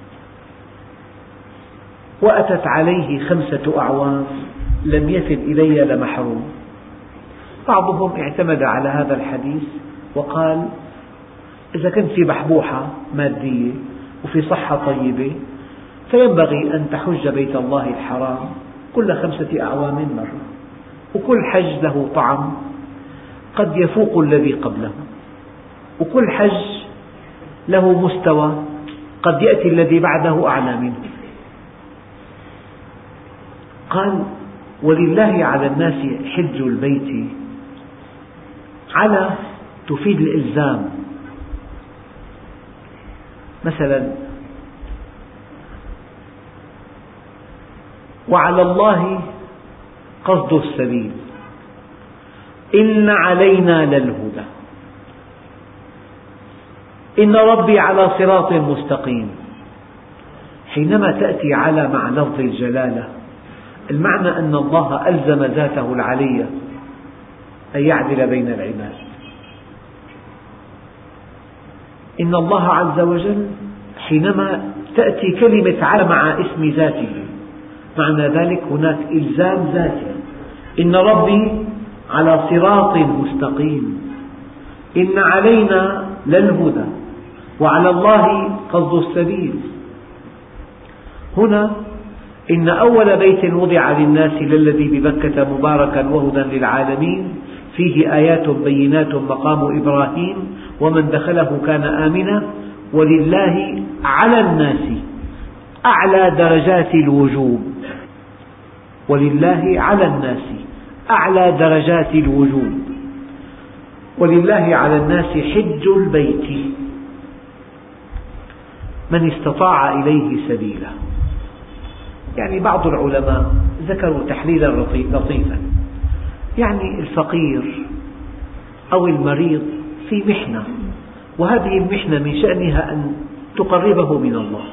وأتت عليه خمسة أعوام لم يفد إلي لمحروم. بعضهم اعتمد على هذا الحديث وقال إذا كنت في بحبوحة مادية وفي صحة طيبة فينبغي أن تحج بيت الله الحرام كل خمسة أعوام مرة، وكل حج له طعم قد يفوق الذي قبله، وكل حج له مستوى قد يأتي الذي بعده أعلى منه. قال ولله على الناس حج البيت، على تفيد الإلزام. مثلا وعلى الله قصد السبيل إن علينا للهدى إن ربي على صراط مستقيم. حينما تأتي على مع لفظ الجلالة المعنى أن الله ألزم ذاته العلية أن يعدل بين العباد. إن الله عز وجل حينما تأتي كلمة على مع اسم ذاته معنى ذلك هناك إلزام ذاتي. إن ربي على صراط مستقيم إن علينا للهدى وعلى الله قصد السبيل. هنا إن أول بيت وضع للناس للذي ببكة مباركا وهدى للعالمين فيه آيات بينات مقام إبراهيم ومن دخله كان آمنا ولله على الناس أعلى درجات الوجوب ولله على الناس أعلى درجات الوجوب ولله على الناس حج البيت من استطاع إليه سبيلا. يعني بعض العلماء ذكروا تحليلا لطيفا، يعني الفقير أو المريض في محنة وهذه المحنة من شأنها أن تقربه من الله.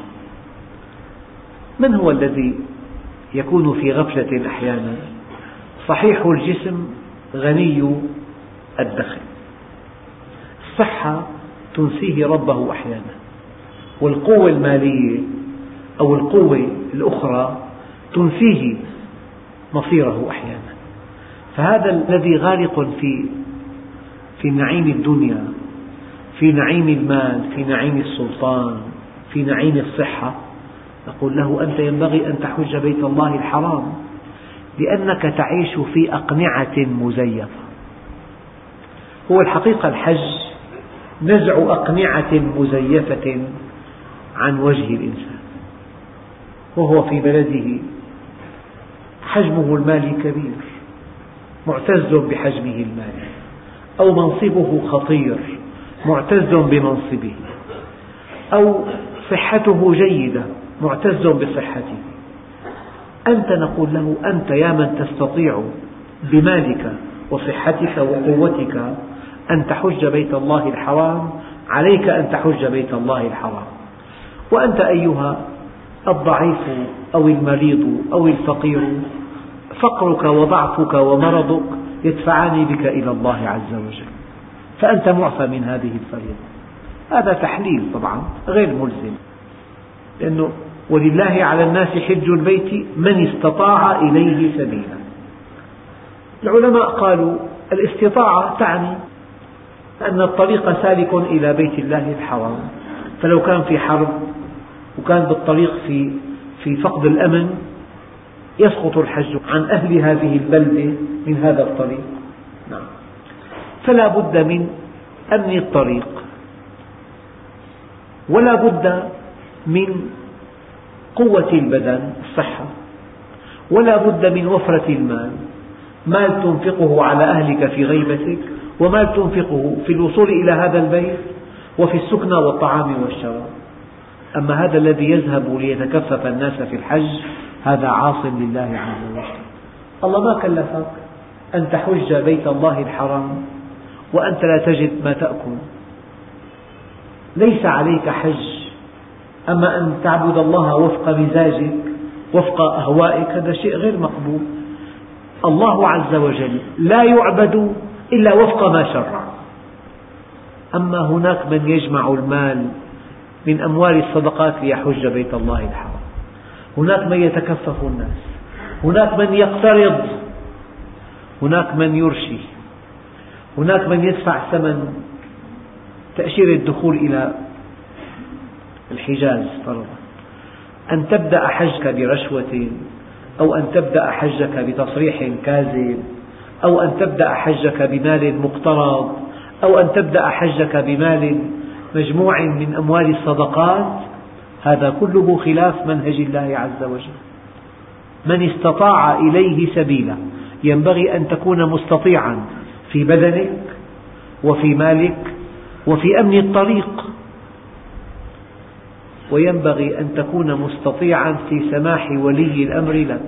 من هو الذي يكون في غفلة أحيانا؟ صحيح الجسم غني الدخل، الصحة تنسيه ربه أحيانا، والقوة المالية أو القوة الأخرى تنسيه مصيره أحيانا. فهذا الذي غارق في في نعيم الدنيا، في نعيم المال، في نعيم السلطان، في نعيم الصحة، نقول له أنت ينبغي أن تحج بيت الله الحرام لأنك تعيش في أقنعة مزيفة. هو الحقيقة الحج نزع أقنعة مزيفة عن وجه الإنسان، وهو في بلده حجمه المالي كبير معتز بحجمه المالي، أو منصبه خطير معتز بمنصبه، أو صحته جيدة معتز بصحته. أنت نقول له أنت يا من تستطيع بمالك وصحتك وقوتك أن تحج بيت الله الحرام، عليك أن تحج بيت الله الحرام. وأنت أيها الضعيف أو المريض أو الفقير فقرك وضعفك ومرضك يدفعان بك إلى الله عز وجل، فأنت معفى من هذه الفريضة. هذا تحليل طبعا غير ملزم، لأنه ولله على الناس حج البيت من استطاع إليه سبيلا. العلماء قالوا الاستطاعة تعني أن الطريق سالك إلى بيت الله الحرام، فلو كان في حرب وكان بالطريق في في فقد الأمن يسقط الحج عن أهل هذه البلدة من هذا الطريق. نعم. فلا بد من أمن الطريق. ولا بد من قوة البدن الصحة، ولا بد من وفرة المال، مال تنفقه على أهلك في غيبتك، ومال تنفقه في الوصول إلى هذا البيت وفي السكنى والطعام والشراب. أما هذا الذي يذهب ليتكفف الناس في الحج هذا عاص لله عز وجل. الله ما كلفك أن تحج بيت الله الحرام وأنت لا تجد ما تأكل، ليس عليك حج. أما أن تعبد الله وفق مزاجك وفق أهوائك هذا شيء غير مقبول. الله عز وجل لا يعبد إلا وفق ما شرع. أما هناك من يجمع المال من أموال الصدقات ليحج بيت الله الحرام، هناك من يتكفف الناس، هناك من يقترض، هناك من يرشي، هناك من يدفع ثمن تأشيرة الدخول إلى الحجاز فرضا. أن تبدأ حجك برشوة، أو أن تبدأ حجك بتصريح كاذب، أو أن تبدأ حجك بمال مقترض، أو أن تبدأ حجك بمال مجموع من أموال الصدقات، هذا كله خلاف منهج الله عز وجل. من استطاع إليه سبيلا، ينبغي أن تكون مستطيعا في بدنك وفي مالك وفي أمن الطريق، وينبغي أن تكون مستطيعا في سماح ولي الأمر لك.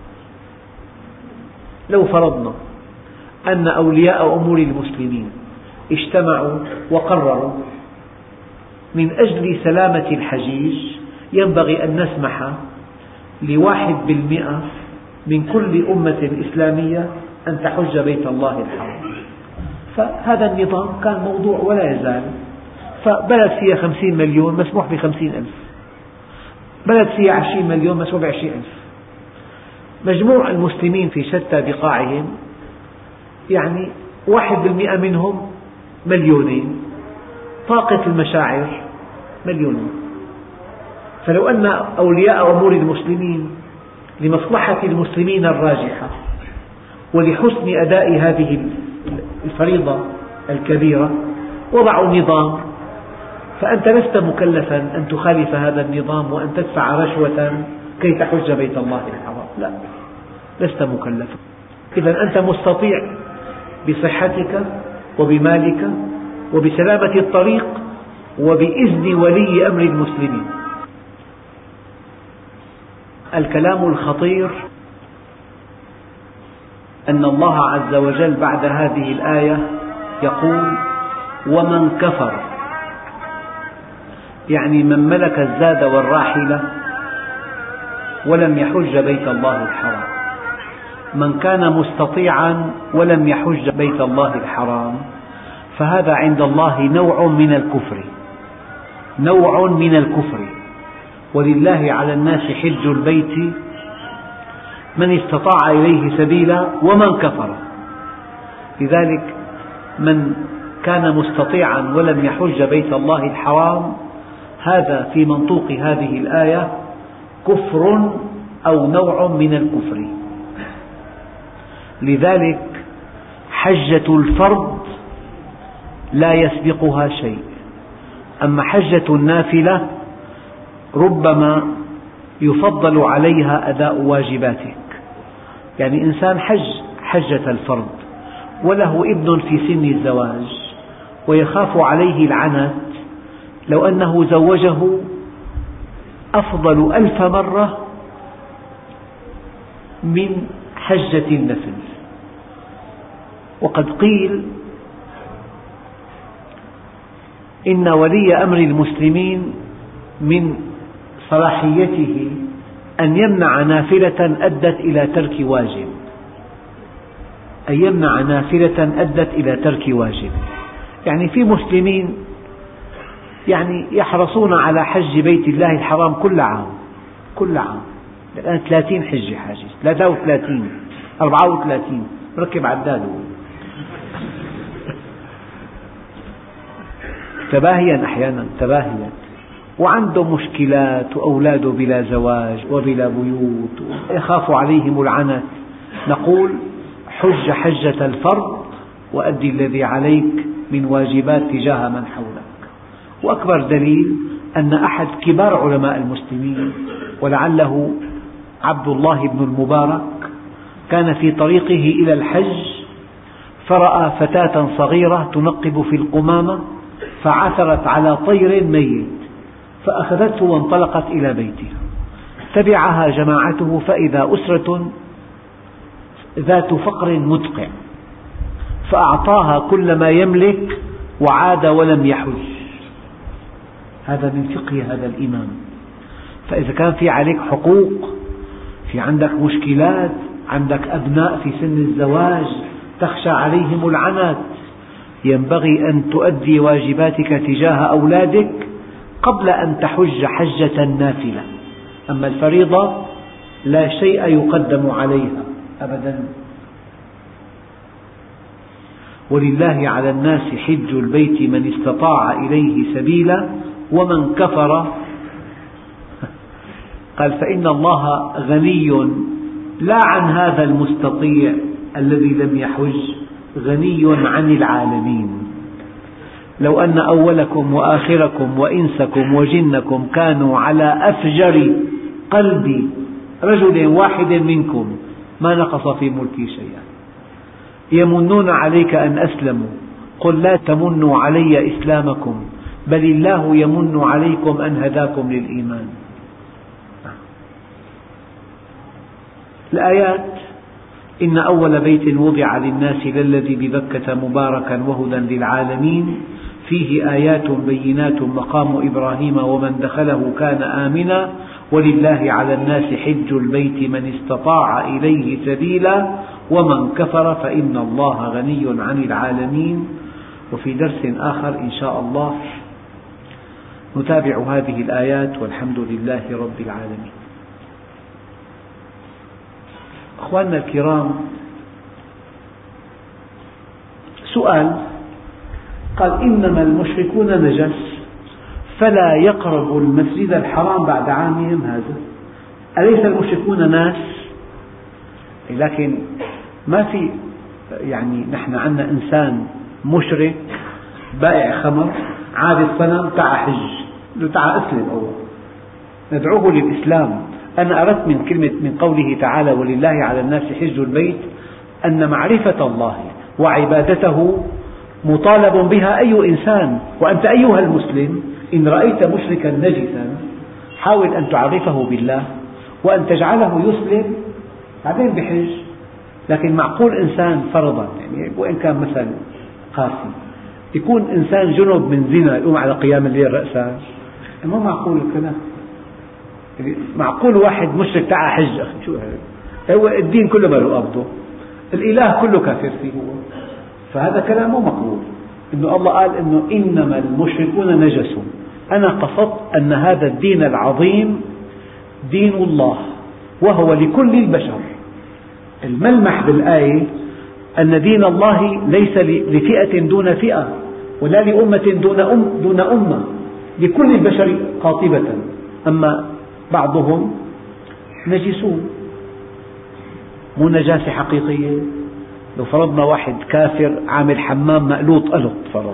لو فرضنا أن أولياء أمور المسلمين اجتمعوا وقرروا من أجل سلامة الحجيج ينبغي أن نسمح لواحد بالمئة من كل أمة إسلامية أن تحج بيت الله الحرام، فهذا النظام كان موضوع ولا يزال. فبلد فيها خمسين مليون مسموح بخمسين ألف، بلد فيها عشرين مليون مسموح بعشرين ألف. مجموع المسلمين في شتى بقاعهم يعني واحد بالمئة منهم مليونين، طاقة المشاعر مليونين. فلو أن أولياء أمور المسلمين لمصلحة المسلمين الراجحة ولحسن أداء هذه الفريضة الكبيرة وضعوا نظام، فأنت لست مكلفا أن تخالف هذا النظام وأن تدفع رشوة كي تحج بيت الله الحرام، لا، لست مكلفا. إذا أنت مستطيع بصحتك وبمالك وبسلامة الطريق وبإذن ولي أمر المسلمين. الكلام الخطير أن الله عز وجل بعد هذه الآية يقول: ومن كفر، يعني من ملك الزاد والراحلة ولم يحج بيت الله الحرام. من كان مستطيعا ولم يحج بيت الله الحرام فهذا عند الله نوع من الكفر، نوع من الكفر. ولله على الناس حج البيت من استطاع إليه سبيلا ومن كفر. لذلك من كان مستطيعا ولم يحج بيت الله الحرام هذا في منطوق هذه الآية كفر أو نوع من الكفر. لذلك حجة الفرض لا يسبقها شيء، أما حجة النافلة ربما يفضل عليها أداء واجباتك. يعني إنسان حج حجة الفرض وله ابن في سن الزواج ويخاف عليه العنت، لو أنه زوجه أفضل ألف مرة من حجة النفل. وقد قيل إن ولي أمر المسلمين من صلاحيته أن يمنع نافلة أدت إلى ترك واجب، أن يمنع نافلة أدت إلى ترك واجب. يعني في مسلمين يعني يحرصون على حج بيت الله الحرام كل عام كل عام الآن ثلاثين حجة حاجز، ثلاثة وثلاثين، أربعة وثلاثين، ركب عداده تباهيا أحيانا تباهيا، وعنده مشكلات وأولاده بلا زواج وبلا بيوت يخاف عليهم العنت. نقول حج حجة الفرض وأدي الذي عليك من واجبات تجاه من حولك. وأكبر دليل أن أحد كبار علماء المسلمين ولعله عبد الله بن المبارك كان في طريقه إلى الحج فرأى فتاة صغيرة تنقب في القمامة فعثرت على طير ميت فأخذته وانطلقت إلى بيتها، تبعها جماعته فإذا أسرة ذات فقر مدقع فأعطاها كل ما يملك وعاد ولم يحج. هذا من فقه هذا الإمام. فإذا كان في عليك حقوق، في عندك مشكلات، عندك أبناء في سن الزواج تخشى عليهم العنت، ينبغي أن تؤدي واجباتك تجاه أولادك قبل أن تحج حجة نافلة. أما الفريضة لا شيء يقدم عليها أبدا. ولله على الناس حج البيت من استطاع إليه سبيلا ومن كفر قال فإن الله غني لا عن هذا المستطيع الذي لم يحج، غني عن العالمين. لو أن أولكم وآخركم وإنسكم وجنكم كانوا على أفجر قلب رجل واحد منكم ما نقص في ملكي شيئا. يمنون عليك أن أسلموا قل لا تمنوا علي إسلامكم بل الله يمن عليكم أن هداكم للإيمان. الآيات: إن أول بيت وضع للناس للذي ببكة مباركا وهدى للعالمين فيه آيات بينات مقام إبراهيم ومن دخله كان آمنا ولله على الناس حج البيت من استطاع إليه سبيلا ومن كفر فإن الله غني عن العالمين. وفي درس آخر إن شاء الله نتابع هذه الآيات والحمد لله رب العالمين. أخواننا الكرام، سؤال قال: إنما المشركون نجس فلا يقربوا المسجد الحرام بعد عامهم هذا. أليس المشركون ناس؟ لكن ما في، يعني نحن عندنا إنسان مشرك بائع خمر عابد صنم تعال حج، تعال أسلم أول، ندعوه للإسلام. أنا أردت من كلمة من قوله تعالى ولله على الناس حج البيت أن معرفة الله وعبادته مطالب بها أي إنسان. وأنت أيها المسلم إن رأيت مشركا نجسا حاول أن تعرفه بالله وأن تجعله يسلم بعدين بحج. لكن معقول إنسان فرضا، يعني وإن كان مثل قاسي، يكون إنسان جنب من زنا يقوم على قيام الليل رأسا؟ ما معقول الكلام. معقول واحد مشرك تعال حج؟ أخي شو هذا؟ هو الدين كله ما له قبضه، الإله كله كافر فيه هو. فهذا كلام مو مقبول. إنه الله قال إنه إنما المشركون نجس. أنا قصدت أن هذا الدين العظيم دين الله وهو لكل البشر. الملمح بالآية أن دين الله ليس لفئة دون فئة ولا لأمة دون أم دون أمة، لكل البشر قاطبة. أما بعضهم نجسون، مو نجاسة حقيقية. لو فرضنا واحد كافر عامل حمام مقلوط قلط فرضا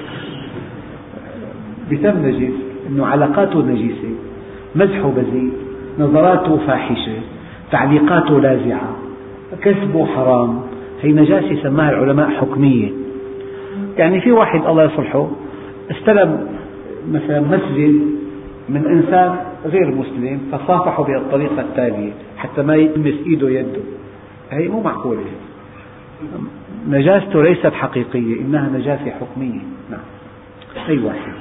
بتم نجس، إنه علاقاته نجسة، مزحه بذيء، نظراته فاحشة، تعليقاته لاذعة، كسبه حرام، هي نجاسة سماها العلماء حكمية. يعني في واحد الله يصلحه استلم مثلا مسجد من إنسان غير مسلم فصافحه بهالطريقة التالية حتى ما يلمس إيده يده، هي مو معقولة. نجاسته ليست حقيقية، إنها نجاسة حكمية. نعم. أي واحد.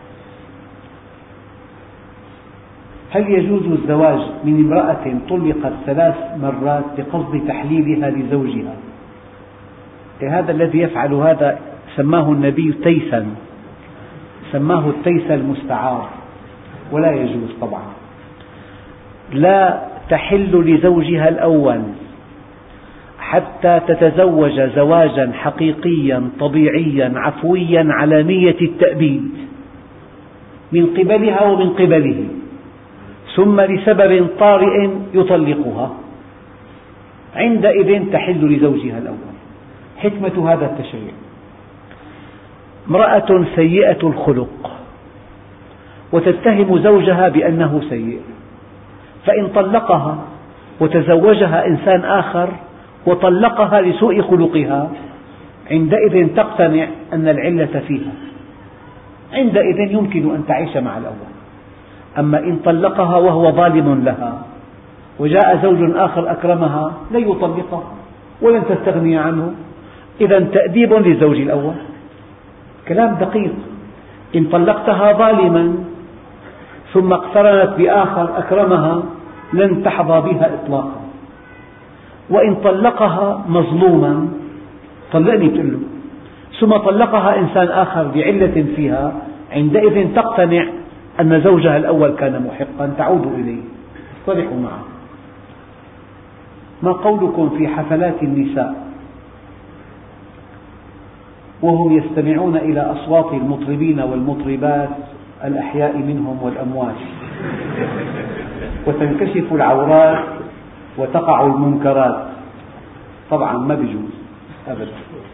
هل يجوز الزواج من امرأة طلقت ثلاث مرات بقصد تحليلها لزوجها؟ هذا الذي يفعل هذا سماه النبي تيسا، سماه التيس المستعار، ولا يجوز طبعا. لا تحل لزوجها الأول حتى تتزوج زواجا حقيقيا طبيعيا عفويا على نية التأبيد من قبلها ومن قبله، ثم لسبب طارئ يطلقها، عندئذ تحل لزوجها الأول. حكمة هذا التشريع: امرأة سيئة الخلق وتتهم زوجها بأنه سيء، فإن طلقها وتزوجها إنسان آخر وطلقها لسوء خلقها، عندئذ تقتنع أن العلة فيها، عندئذ يمكن أن تعيش مع الأول. أما إن طلقها وهو ظالم لها وجاء زوج آخر أكرمها لن يطلقها ولن تستغني عنه، إذا تأديب للزوج الأول. كلام دقيق. إن طلقتها ظالما ثم اقترنت بآخر أكرمها لن تحظى بها إطلاقا. وإن طلقها مظلوما، طلقني بتقول له، ثم طلقها إنسان آخر بعلة فيها، عندئذ تقتنع أن زوجها الأول كان محقا، تعود إليه، تصطلحوا معه. ما قولكم في حفلات النساء وهم يستمعون إلى أصوات المطربين والمطربات الأحياء منهم والأموات، وتنكشف العورات وتقع المنكرات؟ طبعا ما بيجوز أبدا.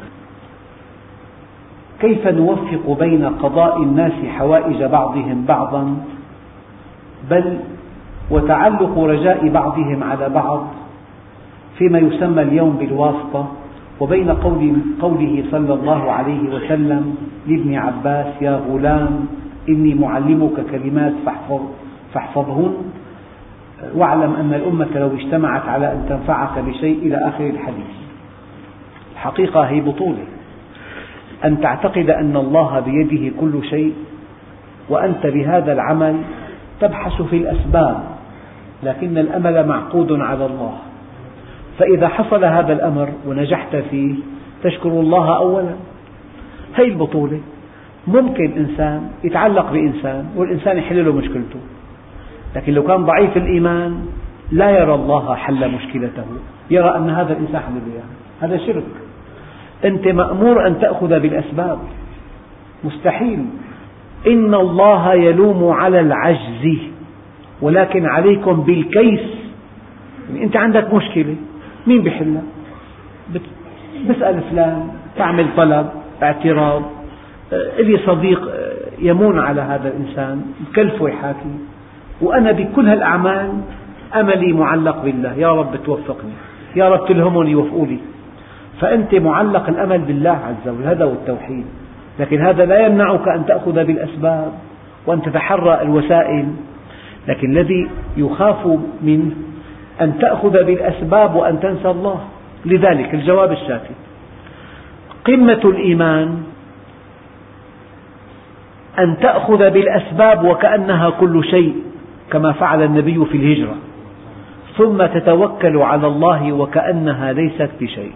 كيف نوفق بين قضاء الناس حوائج بعضهم بعضا، بل وتعلق رجاء بعضهم على بعض فيما يسمى اليوم بالواسطة، وبين قوله صلى الله عليه وسلم لابن عباس: يا غلام إني معلمك كلمات فاحفظهن واعلم أن الأمة لو اجتمعت على أن تنفعك بشيء، إلى آخر الحديث. الحقيقة هي بطولة، أن تعتقد أن الله بيده كل شيء، وأنت بهذا العمل تبحث في الأسباب، لكن الأمل معقود على الله. فإذا حصل هذا الأمر ونجحت فيه تشكر الله أولا. هذه البطولة. ممكن إنسان يتعلق بإنسان والإنسان يحل له مشكلته، لكن لو كان ضعيف الإيمان لا يرى الله حل مشكلته، يرى أن هذا الإنسان حل بها. هذا شرك. أنت مأمور أن تأخذ بالأسباب، مستحيل. إن الله يلوم على العجز ولكن عليكم بالكيس. يعني أنت عندك مشكلة، مين بيحلها؟ بسأل فلان، تعمل طلب، اعتراض، لي صديق يمون على هذا الإنسان بكلفه يحاكي، وأنا بكل هالأعمال أملي معلق بالله، يا رب توفقني، يا رب تلهمني وفقولي. فأنت معلق الأمل بالله عز وجل، هذا هو التوحيد. لكن هذا لا يمنعك أن تأخذ بالأسباب وأن تتحرى الوسائل، لكن الذي يخاف منه أن تأخذ بالأسباب وأن تنسى الله. لذلك الجواب الشافي: قمة الإيمان أن تأخذ بالأسباب وكأنها كل شيء، كما فعل النبي في الهجرة، ثم تتوكل على الله وكأنها ليست بشيء.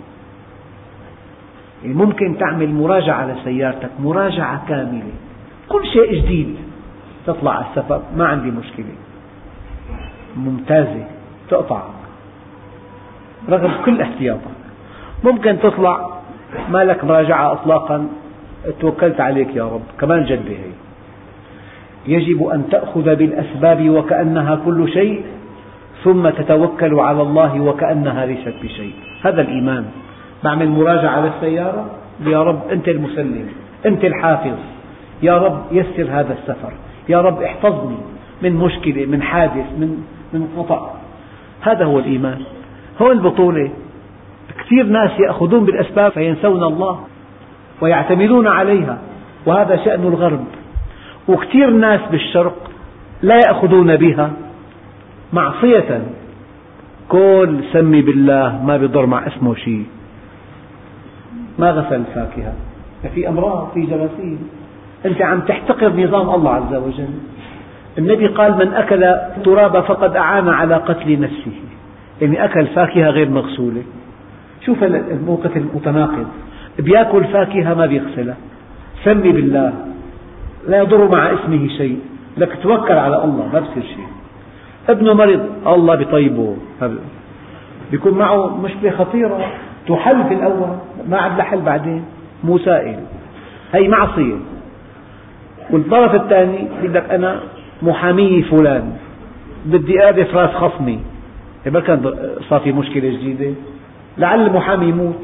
ممكن تعمل مراجعة لسيارتك، مراجعة كاملة، كل شيء جديد، تطلع على السفر ما عندي مشكلة، ممتازة، تقطع رغم كل احتياطك. ممكن تطلع ما لك مراجعة إطلاقا، توكلت عليك يا رب، كمان جدة هي. يجب أن تأخذ بالأسباب وكأنها كل شيء، ثم تتوكل على الله وكأنها ليست بشيء. هذا الإيمان. بعمل مراجعة للسيارة، يا رب أنت المسلم، أنت الحافظ، يا رب يسر هذا السفر، يا رب احفظني من مشكلة، من حادث، من من خطأ. هذا هو الإيمان. هو البطولة. كثير ناس يأخذون بالأسباب فينسون الله ويعتمدون عليها، وهذا شأن الغرب. وكثير ناس بالشرق لا يأخذون بها معصية، كل سمي بالله ما بيضر مع اسمه شيء، ما غسل الفاكهة، في أمراض، في جراثيم، أنت عم تحتقر نظام الله عز وجل. النبي قال: من أكل التراب فقد أعان على قتل نفسه، يعني أكل فاكهة غير مغسولة. شوف الموقف المتناقض، بيأكل فاكهة ما بيغسلها، سمي بالله لا يضر مع اسمه شيء، لك توكل على الله ما بصير شيء. ابنه مرض، الله بيطيبه، بيكون معه مشكلة خطيرة تحل في الأول، ما عاد لحل بعدين، مو سائل، هي معصية. والطرف الثاني يقول لك أنا محامي فلان، بدي أعرف راس خصمي، ما كان صار في مشكلة جديدة، لعل المحامي يموت.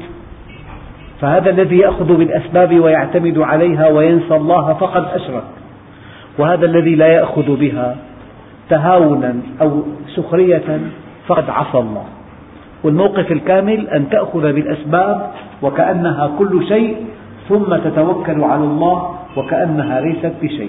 فهذا الذي يأخذ بالأسباب ويعتمد عليها وينسى الله فقد أشرك. وهذا الذي لا يأخذ بها تهاونا أو سخرية فقد عصى الله. والموقف الكامل أن تأخذ بالأسباب وكأنها كل شيء، ثم تتوكل على الله وكأنها ليست بشيء.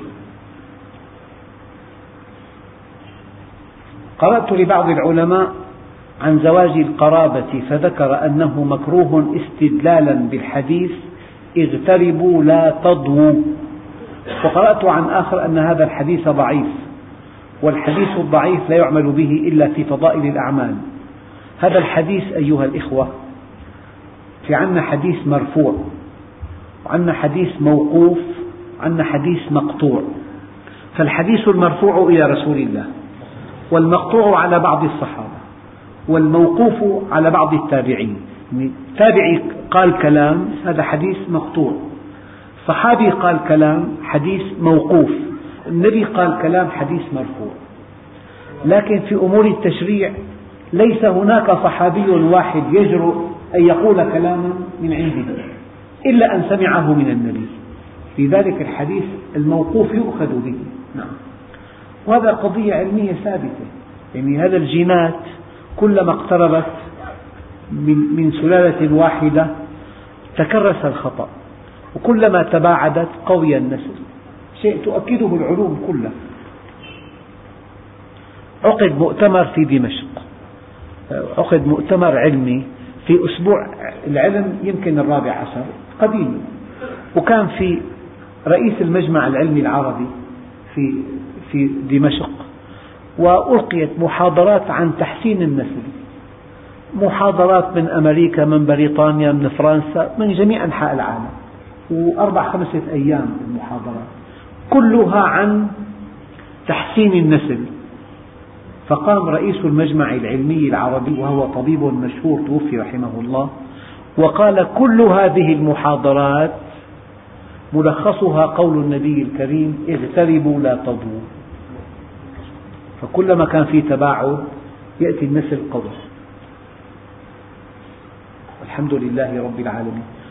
قرأت لبعض العلماء عن زواج القرابة فذكر أنه مكروه استدلالا بالحديث اغتربوا لا تضووا، وقرأت عن آخر أن هذا الحديث ضعيف، والحديث الضعيف لا يعمل به إلا في فضائل الأعمال. هذا الحديث أيها الإخوة في عنا حديث مرفوع، وعنا حديث موقوف، وعنا حديث مقطوع. فالحديث المرفوع إلى رسول الله، والمقطوع على بعض الصحابة، والموقوف على بعض التابعين. تابعي قال كلام، هذا حديث مقطوع. صحابي قال كلام، حديث موقوف. النبي قال كلام، حديث مرفوع. لكن في أمور التشريع ليس هناك صحابي واحد يجرؤ أن يقول كلاما من عنده إلا أن سمعه من النبي، لذلك الحديث الموقوف يؤخذ به. نعم. وهذا قضية علمية ثابتة، يعني هذا الجينات كلما اقتربت من سلالة واحدة تكرس الخطأ، وكلما تباعدت قوي النسل، شيء تؤكده العلوم كلها. عقد مؤتمر في دمشق، عقد مؤتمر علمي في أسبوع العلم يمكن الرابع عشر قديم، وكان في رئيس المجمع العلمي العربي في في دمشق، وألقيت محاضرات عن تحسين النسل، محاضرات من أمريكا، من بريطانيا، من فرنسا، من جميع أنحاء العالم، وأربع خمسة أيام المحاضرات كلها عن تحسين النسل. فقام رئيس المجمع العلمي العربي وهو طبيب مشهور توفي رحمه الله، وقال كل هذه المحاضرات ملخصها قول النبي الكريم اغتربوا لا تضووا. فكلما كان في تباعد يأتي النسل قوي. الحمد لله رب العالمين.